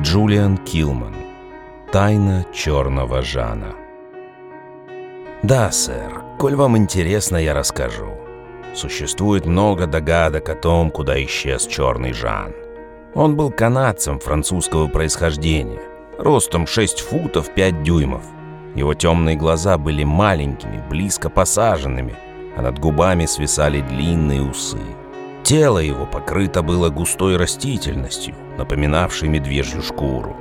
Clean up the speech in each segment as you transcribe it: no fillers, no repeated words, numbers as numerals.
Джулиан Килман. Тайна черного Жана. Да, сэр, коль вам интересно, я расскажу. Существует много догадок о том, куда исчез черный Жан. Он был канадцем французского происхождения, ростом 6 футов 5 дюймов. Его темные глаза были маленькими, близко посаженными, а над губами свисали длинные усы. Тело его покрыто было густой растительностью, напоминавшей медвежью шкуру.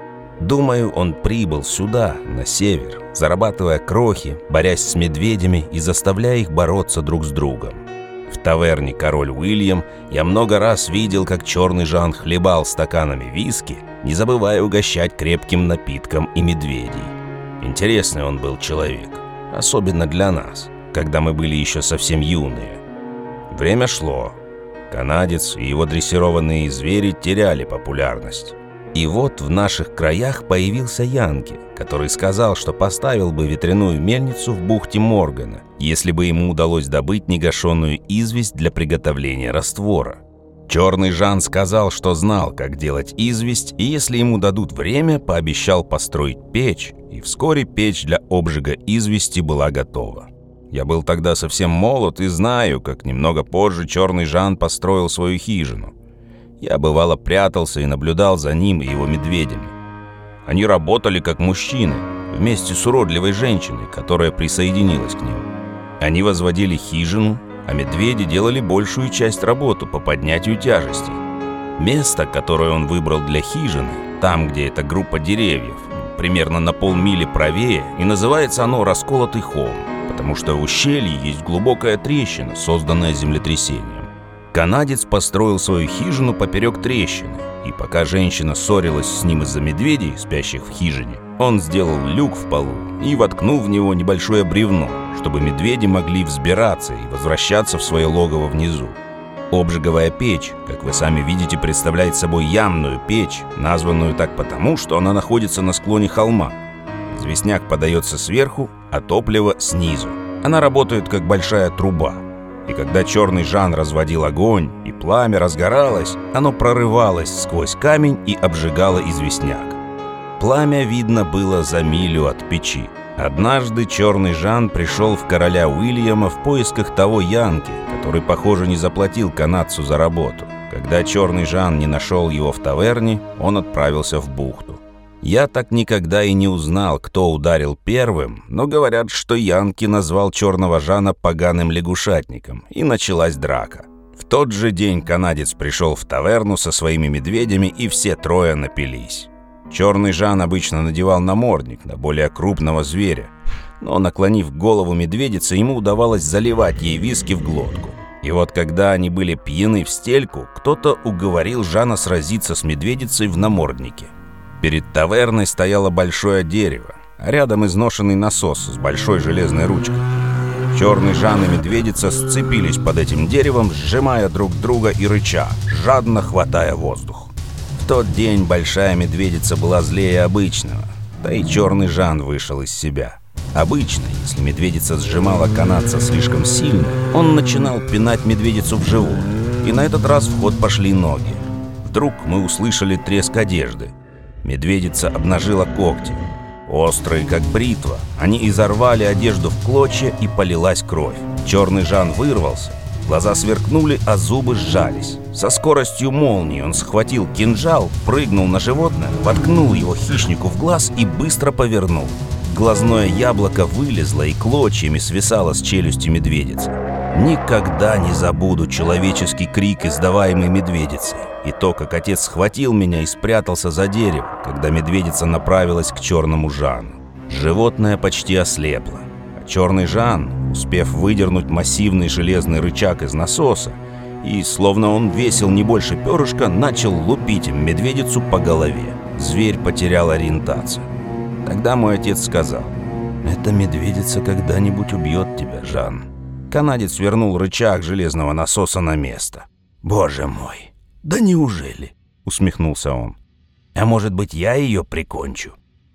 Думаю, он прибыл сюда, на север, зарабатывая крохи, борясь с медведями и заставляя их бороться друг с другом. В таверне «Король Уильям» я много раз видел, как черный Жан хлебал стаканами виски, не забывая угощать крепким напитком и медведей. Интересный он был человек, особенно для нас, когда мы были еще совсем юные. Время шло. Канадец и его дрессированные звери теряли популярность. И вот в наших краях появился Янки, который сказал, что поставил бы ветряную мельницу в бухте Моргана, если бы ему удалось добыть негашенную известь для приготовления раствора. Черный Жан сказал, что знал, как делать известь, и если ему дадут время, пообещал построить печь, и вскоре печь для обжига извести была готова. Я был тогда совсем молод и знаю, как немного позже черный Жан построил свою хижину. Я бывало прятался и наблюдал за ним и его медведями. Они работали как мужчины, вместе с уродливой женщиной, которая присоединилась к ним. Они возводили хижину, а медведи делали большую часть работы по поднятию тяжестей. Место, которое он выбрал для хижины, там, где эта группа деревьев, примерно на полмили правее, и называется оно «Расколотый холм», потому что в ущелье есть глубокая трещина, созданная землетрясением. Канадец построил свою хижину поперек трещины, и пока женщина ссорилась с ним из-за медведей, спящих в хижине, он сделал люк в полу и воткнул в него небольшое бревно, чтобы медведи могли взбираться и возвращаться в свое логово внизу. Обжиговая печь, как вы сами видите, представляет собой ямную печь, названную так потому, что она находится на склоне холма. Известняк подается сверху, а топливо снизу. Она работает как большая труба. И когда черный Жан разводил огонь, и пламя разгоралось, оно прорывалось сквозь камень и обжигало известняк. Пламя видно было за милю от печи. Однажды черный Жан пришел в короля Уильяма в поисках того Янки, который, похоже, не заплатил канадцу за работу. Когда черный Жан не нашел его в таверне, он отправился в бухту. Я так никогда и не узнал, кто ударил первым, но говорят, что Янки назвал черного Жана поганым лягушатником, и началась драка. В тот же день канадец пришел в таверну со своими медведями, и все трое напились. Черный Жан обычно надевал намордник на более крупного зверя, но, наклонив голову медведицы, ему удавалось заливать ей виски в глотку. И вот когда они были пьяны в стельку, кто-то уговорил Жана сразиться с медведицей в наморднике. Перед таверной стояло большое дерево, а рядом изношенный насос с большой железной ручкой. Черный Жан и медведица сцепились под этим деревом, сжимая друг друга и рыча, жадно хватая воздух. В тот день большая медведица была злее обычного, да и черный Жан вышел из себя. Обычно, если медведица сжимала канадца слишком сильно, он начинал пинать медведицу в живот, и на этот раз в ход пошли ноги. Вдруг мы услышали треск одежды. Медведица обнажила когти. Острые, как бритва, они изорвали одежду в клочья, и полилась кровь. Черный Жан вырвался. Глаза сверкнули, а зубы сжались. Со скоростью молнии он схватил кинжал, прыгнул на животное, воткнул его хищнику в глаз и быстро повернул. Глазное яблоко вылезло и клочьями свисало с челюсти медведицы. Никогда не забуду человеческий крик, издаваемый медведицей, и то, как отец схватил меня и спрятался за дерево, когда медведица направилась к черному Жану. Животное почти ослепло, а черный Жан, успев выдернуть массивный железный рычаг из насоса, и, словно он весил не больше перышка, начал лупить им медведицу по голове. Зверь потерял ориентацию. Тогда мой отец сказал: «Эта медведица когда-нибудь убьет тебя, Жан». Канадец вернул рычаг железного насоса на место. «Боже мой, да неужели?» — усмехнулся он. «А может быть, я ее прикончу?»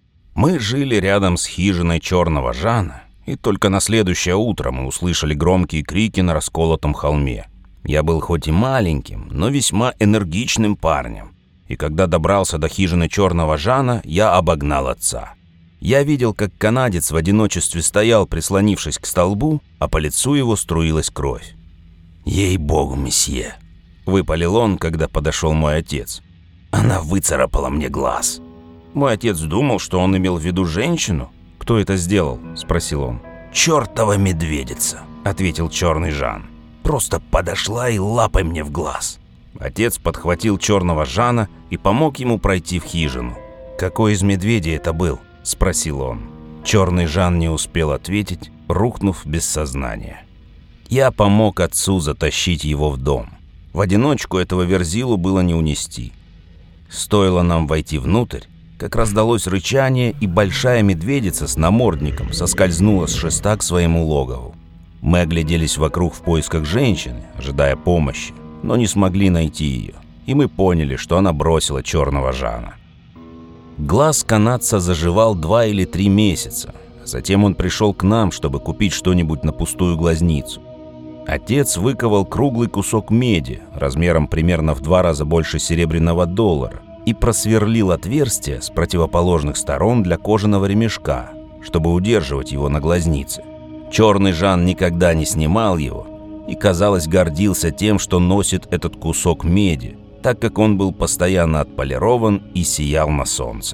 Мы жили рядом с хижиной черного Жана, и только на следующее утро мы услышали громкие крики на расколотом холме. Я был хоть и маленьким, но весьма энергичным парнем. и когда добрался до хижины черного Жана, я обогнал отца. Я видел, как канадец в одиночестве стоял, прислонившись к столбу, а по лицу его струилась кровь. «Ей-богу, месье!» — выпалил он, когда подошел мой отец. «Она выцарапала мне глаз». Мой отец думал, что он имел в виду женщину. «Кто это сделал?» — спросил он. «Чертова медведица», — ответил черный Жан. «Просто подошла и лапой мне в глаз». Отец подхватил черного Жана и помог ему пройти в хижину. «Какой из медведей это был?» — спросил он. Черный Жан не успел ответить, рухнув без сознания. Я помог отцу затащить его в дом. В одиночку этого верзилу было не унести. Стоило нам войти внутрь, как раздалось рычание, и большая медведица с намордником соскользнула с шеста к своему логову. Мы огляделись вокруг в поисках женщины, ожидая помощи, но не смогли найти ее, и мы поняли, что она бросила черного Жана. Глаз канадца заживал 2 или 3 месяца. Затем он пришел к нам, чтобы купить что-нибудь на пустую глазницу. Отец выковал круглый кусок меди, размером примерно в 2 раза больше серебряного доллара, и просверлил отверстие с противоположных сторон для кожаного ремешка, чтобы удерживать его на глазнице. Черный Жан никогда не снимал его и, казалось, гордился тем, что носит этот кусок меди, так как он был постоянно отполирован и сиял на солнце.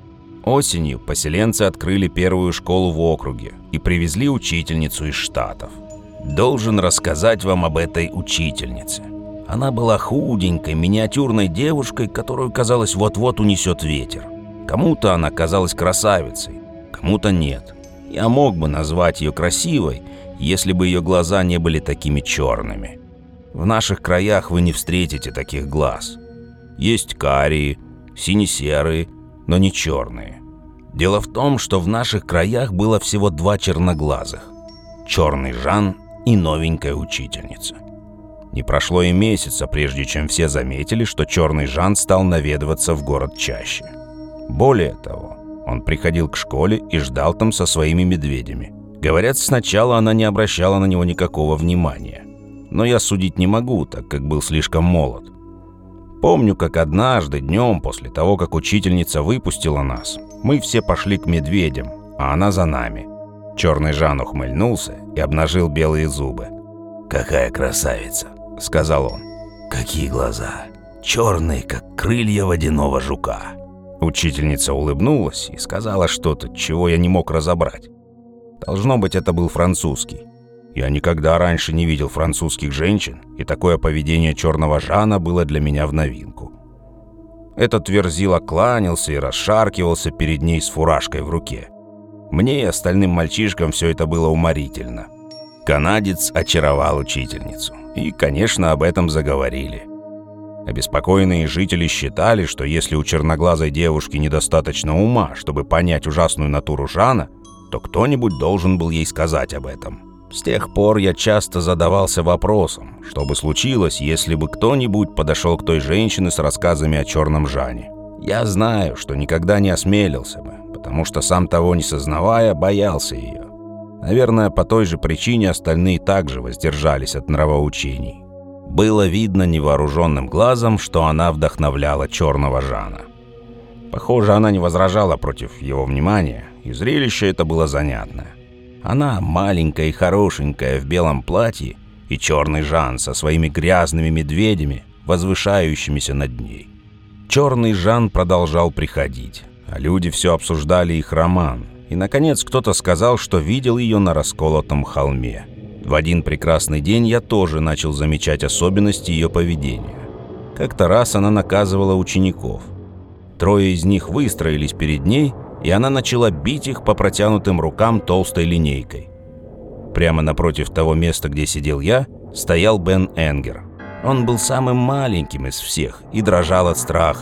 Осенью поселенцы открыли первую школу в округе и привезли учительницу из Штатов. Должен рассказать вам об этой учительнице. Она была худенькой, миниатюрной девушкой, которую, казалось, вот-вот унесет ветер. Кому-то она казалась красавицей, кому-то нет. Я мог бы назвать ее красивой, если бы ее глаза не были такими черными. В наших краях вы не встретите таких глаз. Есть карие, сине-серые, но не черные. Дело в том, что в наших краях было всего 2 черноглазых – черный Жан и новенькая учительница. Не прошло и месяца, прежде чем все заметили, что черный Жан стал наведываться в город чаще. Более того, он приходил к школе и ждал там со своими медведями. Говорят, сначала она не обращала на него никакого внимания. Но я судить не могу, так как был слишком молод. Помню, как однажды днем, после того, как учительница выпустила нас, мы все пошли к медведям, а она за нами. Черный Жан ухмыльнулся и обнажил белые зубы. «Какая красавица!» — сказал он. «Какие глаза! Черные, как крылья водяного жука!» Учительница улыбнулась и сказала что-то, чего я не мог разобрать. Должно быть, это был французский. Я никогда раньше не видел французских женщин, и такое поведение черного Жана было для меня в новинку. Этот верзила кланялся и расшаркивался перед ней с фуражкой в руке. Мне и остальным мальчишкам все это было уморительно. Канадец очаровал учительницу, и, конечно, об этом заговорили. Обеспокоенные жители считали, что если у черноглазой девушки недостаточно ума, чтобы понять ужасную натуру Жана, то кто-нибудь должен был ей сказать об этом. С тех пор я часто задавался вопросом, что бы случилось, если бы кто-нибудь подошел к той женщине с рассказами о черном Жане. Я знаю, что никогда не осмелился бы, потому что, сам того не сознавая, боялся ее. Наверное, по той же причине остальные также воздержались от нравоучений. Было видно невооруженным глазом, что она вдохновляла черного Жана. Похоже, она не возражала против его внимания, и зрелище это было занятное. Она маленькая и хорошенькая в белом платье, и черный Жан со своими грязными медведями, возвышающимися над ней. Черный Жан продолжал приходить, а люди все обсуждали их роман, и, наконец, кто-то сказал, что видел ее на расколотом холме. В один прекрасный день я тоже начал замечать особенности ее поведения. Как-то раз она наказывала учеников. 3 из них выстроились перед ней, и она начала бить их по протянутым рукам толстой линейкой. Прямо напротив того места, где сидел я, стоял Бен Энгер. Он был самым маленьким из всех и дрожал от страха.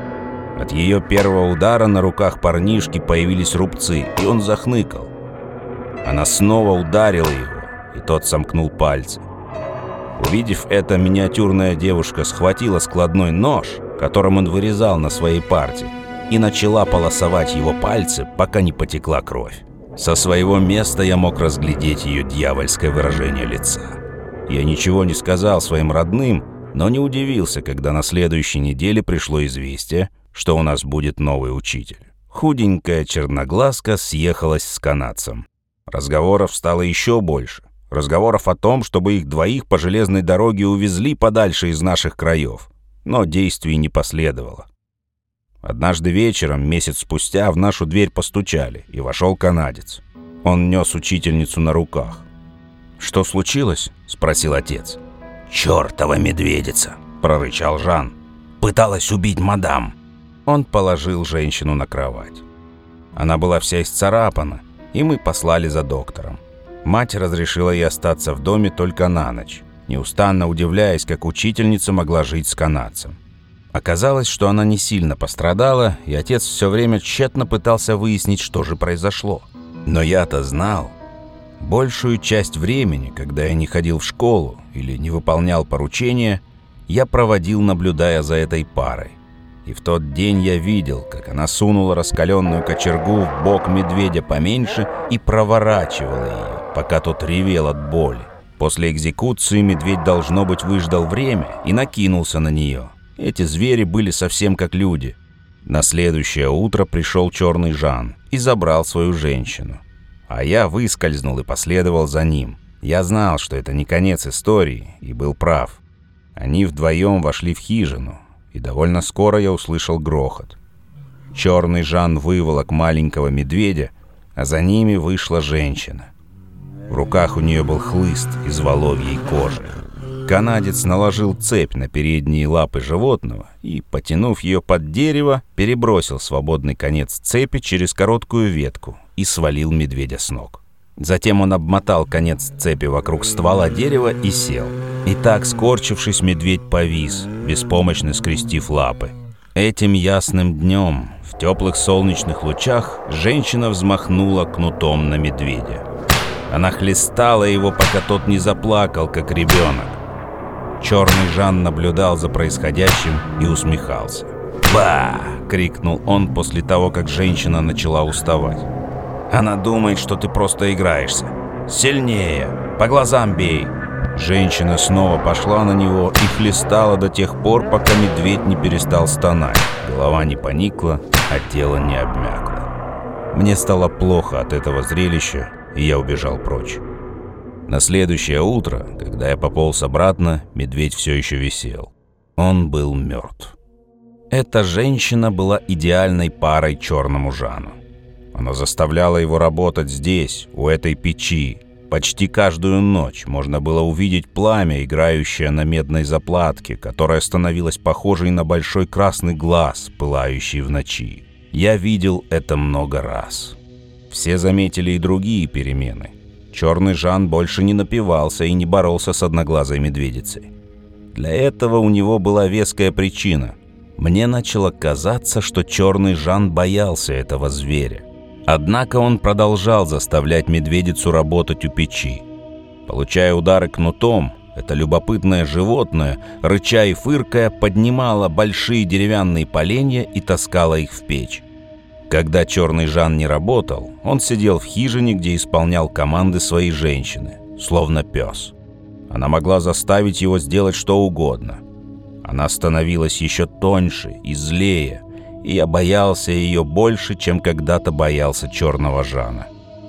От ее первого удара на руках парнишки появились рубцы, и он захныкал. Она снова ударила его, и тот сомкнул пальцы. Увидев это, миниатюрная девушка схватила складной нож, которым он вырезал на своей парте, и начала полосовать его пальцы, пока не потекла кровь. Со своего места я мог разглядеть ее дьявольское выражение лица. Я ничего не сказал своим родным, но не удивился, когда на следующей неделе пришло известие, что у нас будет новый учитель. Худенькая черноглазка съехалась с канадцем. Разговоров стало еще больше. Разговоров о том, чтобы их двоих по железной дороге увезли подальше из наших краев. Но действий не последовало. Однажды вечером, месяц спустя, в нашу дверь постучали, и вошел канадец. Он нес учительницу на руках. «Что случилось?» — спросил отец. «Чёртова медведица!» — прорычал Жан. «Пыталась убить мадам!» Он положил женщину на кровать. Она была вся исцарапана, и мы послали за доктором. Мать разрешила ей остаться в доме только на ночь, неустанно удивляясь, как учительница могла жить с канадцем. Оказалось, что она не сильно пострадала, и отец все время тщетно пытался выяснить, что же произошло. Но я-то знал. Большую часть времени, когда я не ходил в школу или не выполнял поручения, я проводил, наблюдая за этой парой. И в тот день я видел, как она сунула раскаленную кочергу в бок медведя поменьше и проворачивала ее, пока тот ревел от боли. После экзекуции медведь, должно быть, выждал время и накинулся на нее. Эти звери были совсем как люди. На следующее утро пришел черный Жан и забрал свою женщину. А я выскользнул и последовал за ним. Я знал, что это не конец истории, и был прав. Они вдвоем вошли в хижину, и довольно скоро я услышал грохот. Черный Жан выволок маленького медведя, а за ними вышла женщина. В руках у нее был хлыст из воловьей кожи. Канадец наложил цепь на передние лапы животного и, потянув ее под дерево, перебросил свободный конец цепи через короткую ветку и свалил медведя с ног. Затем он обмотал конец цепи вокруг ствола дерева и сел. И так, скорчившись, медведь повис, беспомощно скрестив лапы. Этим ясным днем, в теплых солнечных лучах, женщина взмахнула кнутом на медведя. Она хлестала его, пока тот не заплакал, как ребенок. Черный Жан наблюдал за происходящим и усмехался. «Ба!» — крикнул он после того, как женщина начала уставать. «Она думает, что ты просто играешься. Сильнее! По глазам бей!» Женщина снова пошла на него и хлестала до тех пор, пока медведь не перестал стонать. Голова не поникла, а тело не обмякло. Мне стало плохо от этого зрелища, и я убежал прочь. На следующее утро, когда я пополз обратно, медведь все еще висел. Он был мертв. Эта женщина была идеальной парой черному Жану. Она заставляла его работать здесь, у этой печи. Почти каждую ночь можно было увидеть пламя, играющее на медной заплатке, которая становилась похожей на большой красный глаз, пылающий в ночи. Я видел это много раз. Все заметили и другие перемены. Черный Жан больше не напивался и не боролся с одноглазой медведицей. Для этого у него была веская причина. Мне начало казаться, что черный Жан боялся этого зверя. Однако он продолжал заставлять медведицу работать у печи. Получая удары кнутом, это любопытное животное, рыча и фыркая, поднимало большие деревянные поленья и таскало их в печь. Когда черный Жан не работал, он сидел в хижине, где исполнял команды своей женщины, словно пес. Она могла заставить его сделать что угодно. Она становилась еще тоньше и злее, и я боялся ее больше, чем когда-то боялся черного Жана.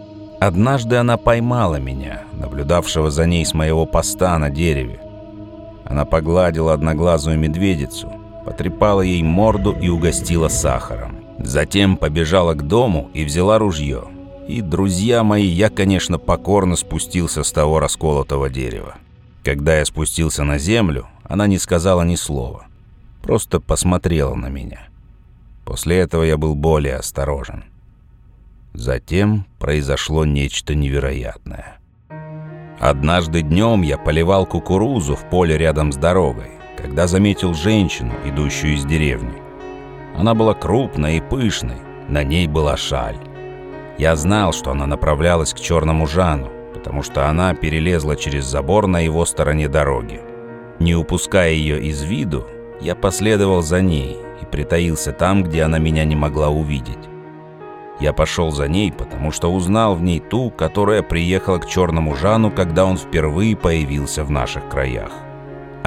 Однажды она поймала меня, наблюдавшего за ней с моего поста на дереве. Она погладила одноглазую медведицу, потрепала ей морду и угостила сахаром. Затем побежала к дому и взяла ружье. И, друзья мои, я, конечно, покорно спустился с того расколотого дерева. Когда я спустился на землю, она не сказала ни слова, просто посмотрела на меня. После этого я был более осторожен. Затем произошло нечто невероятное. Однажды днем я поливал кукурузу в поле рядом с дорогой, когда заметил женщину, идущую из деревни. Она была крупной и пышной, на ней была шаль. Я знал, что она направлялась к черному Жану, потому что она перелезла через забор на его стороне дороги. Не упуская ее из виду, я последовал за ней и притаился там, где она меня не могла увидеть. Я пошел за ней, потому что узнал в ней ту, которая приехала к черному Жану, когда он впервые появился в наших краях.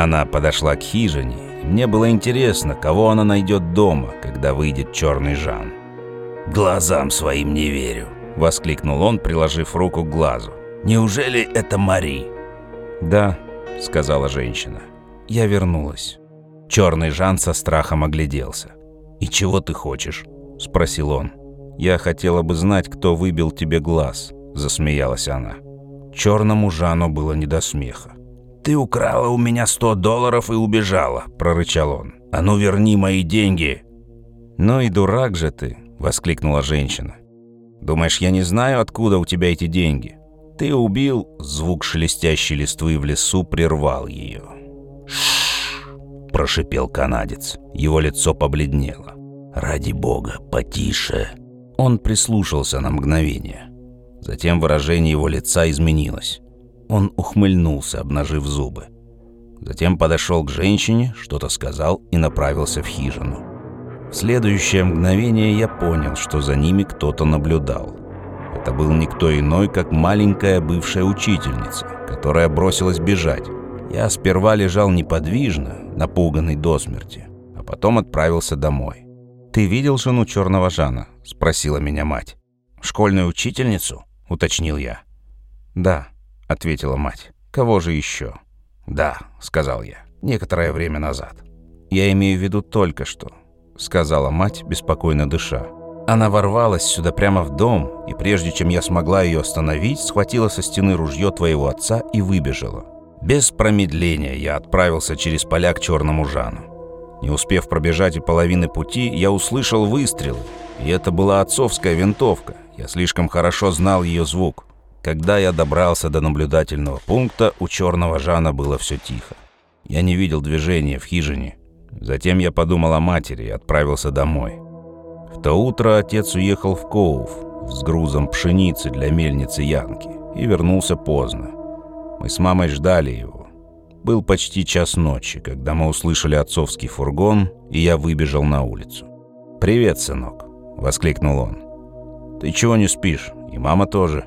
Она подошла к хижине, и мне было интересно, кого она найдет дома, когда выйдет черный Жан. «Глазам своим не верю», — воскликнул он, приложив руку к глазу. «Неужели это Мари?» «Да», — сказала женщина. Я вернулась. Черный Жан со страхом огляделся. «И чего ты хочешь?» — спросил он. «Я хотела бы знать, кто выбил тебе глаз», — засмеялась она. Черному Жану было не до смеха. «Ты украла у меня $100 и убежала», — прорычал он. «А ну верни мои деньги!» «Ну и дурак же ты!» — воскликнула женщина. «Думаешь, я не знаю, откуда у тебя эти деньги? Ты убил...» Звук шелестящей листвы в лесу прервал ее. «Ш-ш-ш!» — прошипел канадец. Его лицо побледнело. «Ради бога, потише!» Он прислушался на мгновение. Затем выражение его лица изменилось. Он ухмыльнулся, обнажив зубы. Затем подошел к женщине, что-то сказал и направился в хижину. В следующее мгновение я понял, что за ними кто-то наблюдал. Это был никто иной, как маленькая бывшая учительница, которая бросилась бежать. Я сперва лежал неподвижно, напуганный до смерти, а потом отправился домой. «Ты видел жену черного Жана?» — спросила меня мать. «Школьную учительницу?» — уточнил я. «Да», — ответила мать. «Кого же еще?» «Да», — сказал я, — «некоторое время назад». «Я имею в виду только что», — сказала мать, беспокойно дыша. Она ворвалась сюда прямо в дом, и прежде чем я смогла ее остановить, схватила со стены ружье твоего отца и выбежала. Без промедления я отправился через поля к черному Жану. Не успев пробежать и половины пути, я услышал выстрелы, и это была отцовская винтовка. Я слишком хорошо знал ее звук. Когда я добрался до наблюдательного пункта, у черного Жана было все тихо. Я не видел движения в хижине. Затем я подумал о матери и отправился домой. В то утро отец уехал в Коув с грузом пшеницы для мельницы Янки и вернулся поздно. Мы с мамой ждали его. Был почти час ночи, когда мы услышали отцовский фургон, и я выбежал на улицу. «Привет, сынок!» — воскликнул он. «Ты чего не спишь? И мама тоже».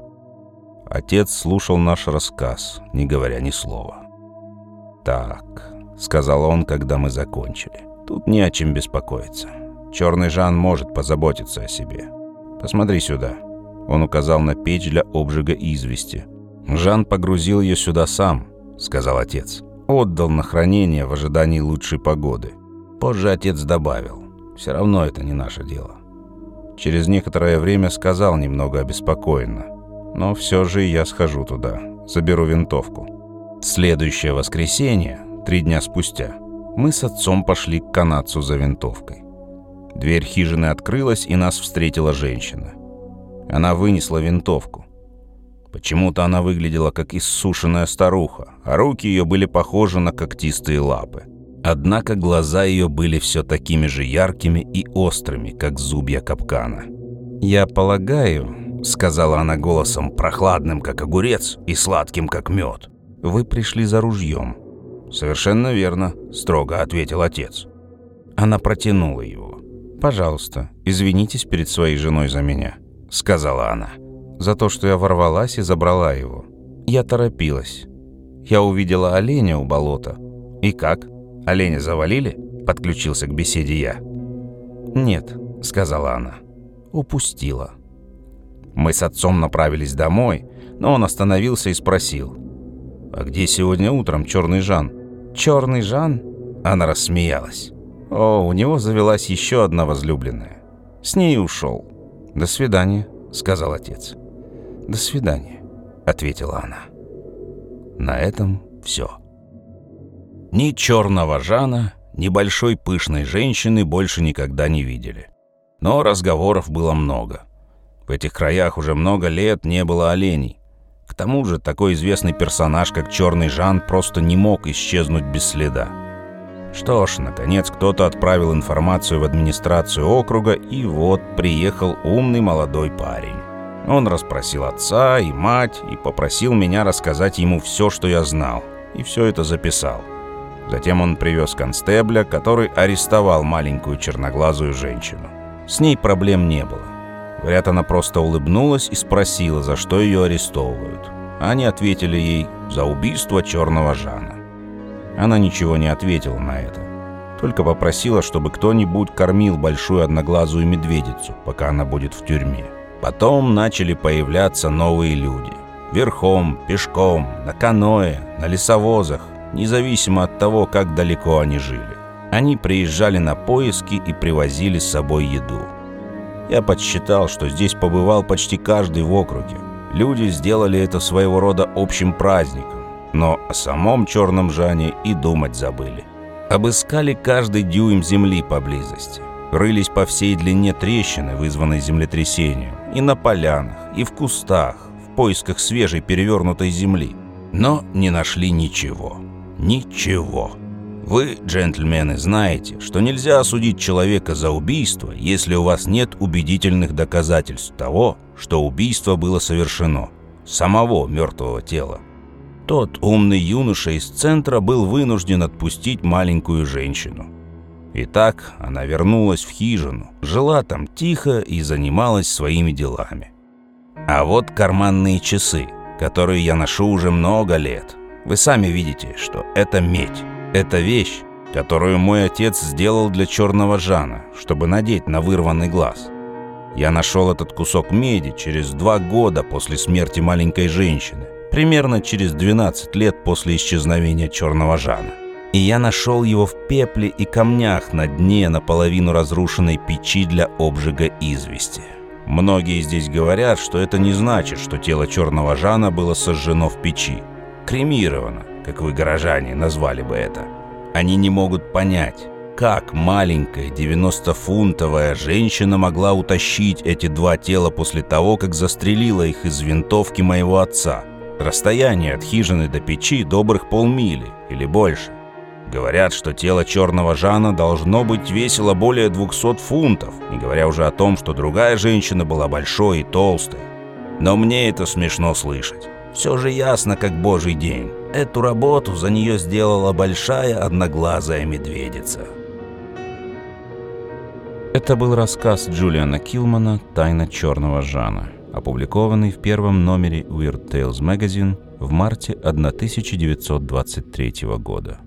Отец слушал наш рассказ, не говоря ни слова. «Так», — сказал он, когда мы закончили, — «тут не о чем беспокоиться. Черный Жан может позаботиться о себе. Посмотри сюда». Он указал на печь для обжига извести. «Жан погрузил ее сюда сам», — сказал отец. «Отдал на хранение в ожидании лучшей погоды». Позже отец добавил: «Все равно это не наше дело». Через некоторое время сказал немного обеспокоенно: «Но все же я схожу туда, заберу винтовку». Следующее воскресенье, 3 дня спустя, мы с отцом пошли к канадцу за винтовкой. Дверь хижины открылась, и нас встретила женщина. Она вынесла винтовку. Почему-то она выглядела как иссушенная старуха, а руки ее были похожи на когтистые лапы. Однако глаза ее были все такими же яркими и острыми, как зубья капкана. «Я полагаю», — сказала она голосом прохладным, как огурец, и сладким, как мед, — «вы пришли за ружьем». «Совершенно верно», — строго ответил отец. Она протянула его. «Пожалуйста, извинитесь перед своей женой за меня», — сказала она. «За то, что я ворвалась и забрала его. Я торопилась. Я увидела оленя у болота». «И как? Оленя завалили?» — подключился к беседе я. «Нет», — сказала она. «Упустила». Мы с отцом направились домой, но он остановился и спросил: «А где сегодня утром черный Жан?» «Черный Жан?» Она рассмеялась. «О, у него завелась еще одна возлюбленная. С ней ушел». «До свидания», — сказал отец. «До свидания», — ответила она. На этом все. Ни черного Жана, ни большой пышной женщины больше никогда не видели. Но разговоров было много. В этих краях уже много лет не было оленей. К тому же такой известный персонаж, как черный Жан, просто не мог исчезнуть без следа. Что ж, наконец кто-то отправил информацию в администрацию округа, и вот приехал умный молодой парень. Он расспросил отца и мать и попросил меня рассказать ему все, что я знал, и все это записал. Затем он привез констебля, который арестовал маленькую черноглазую женщину. С ней проблем не было. Говорят, она просто улыбнулась и спросила, за что ее арестовывают. Они ответили ей: за убийство черного Жана. Она ничего не ответила на это, только попросила, чтобы кто-нибудь кормил большую одноглазую медведицу, пока она будет в тюрьме. Потом начали появляться новые люди. Верхом, пешком, на каноэ, на лесовозах, независимо от того, как далеко они жили. Они приезжали на поиски и привозили с собой еду. Я подсчитал, что здесь побывал почти каждый в округе. Люди сделали это своего рода общим праздником, но о самом Черном Жане и думать забыли. Обыскали каждый дюйм земли поблизости. Рылись по всей длине трещины, вызванной землетрясением, и на полянах, и в кустах, в поисках свежей перевернутой земли. Но не нашли ничего. Ничего. Вы, джентльмены, знаете, что нельзя осудить человека за убийство, если у вас нет убедительных доказательств того, что убийство было совершено, самого мертвого тела. Тот умный юноша из центра был вынужден отпустить маленькую женщину. Итак, она вернулась в хижину, жила там тихо и занималась своими делами. А вот карманные часы, которые я ношу уже много лет. Вы сами видите, что это медь. Это вещь, которую мой отец сделал для Черного Жана, чтобы надеть на вырванный глаз. Я нашел этот кусок меди через 2 года после смерти маленькой женщины, примерно через 12 лет после исчезновения Черного Жана. И я нашел его в пепле и камнях на дне наполовину разрушенной печи для обжига извести. Многие здесь говорят, что это не значит, что тело Черного Жана было сожжено в печи. Кремировано, как вы, горожане, назвали бы это. Они не могут понять, как маленькая 90-фунтовая женщина могла утащить эти 2 тела после того, как застрелила их из винтовки моего отца. Расстояние от хижины до печи добрых полмили или больше. Говорят, что тело Черного Жана должно быть весило более 200 фунтов, не говоря уже о том, что другая женщина была большой и толстой. Но мне это смешно слышать. Все же ясно, как божий день. Эту работу за нее сделала большая одноглазая медведица. Это был рассказ Джулиана Килмана «Тайна Черного Жана», опубликованный в первом номере Weird Tales Magazine в марте 1923 года.